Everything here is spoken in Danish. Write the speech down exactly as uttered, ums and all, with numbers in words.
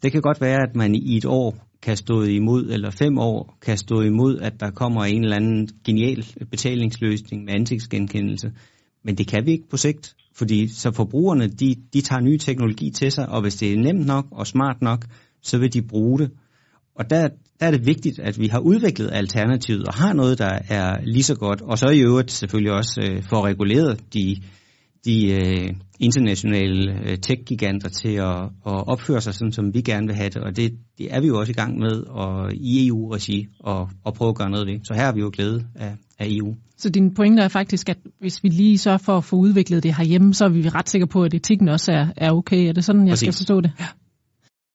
Det kan godt være, at man i et år kan stå imod, eller fem år kan stå imod, at der kommer en eller anden genial betalingsløsning med ansigtsgenkendelse. Men det kan vi ikke på sigt, fordi så forbrugerne, de, de tager ny teknologi til sig, og hvis det er nemt nok og smart nok, så vil de bruge det. Og der, der er det vigtigt, at vi har udviklet alternativet og har noget, der er lige så godt, og så i øvrigt selvfølgelig også øh, får reguleret de, de øh, internationale øh, tech-giganter til at, at opføre sig sådan, som vi gerne vil have det, og det, det er vi jo også i gang med og i E U-regi og, og prøve at gøre noget ved. Så her har vi jo glæde af, af E U. Så din pointe er faktisk, at hvis vi lige sørger for at få udviklet det herhjemme, så er vi ret sikre på, at etikken også er, er okay. Er det sådan, jeg Præcis. Skal forstå det? Ja.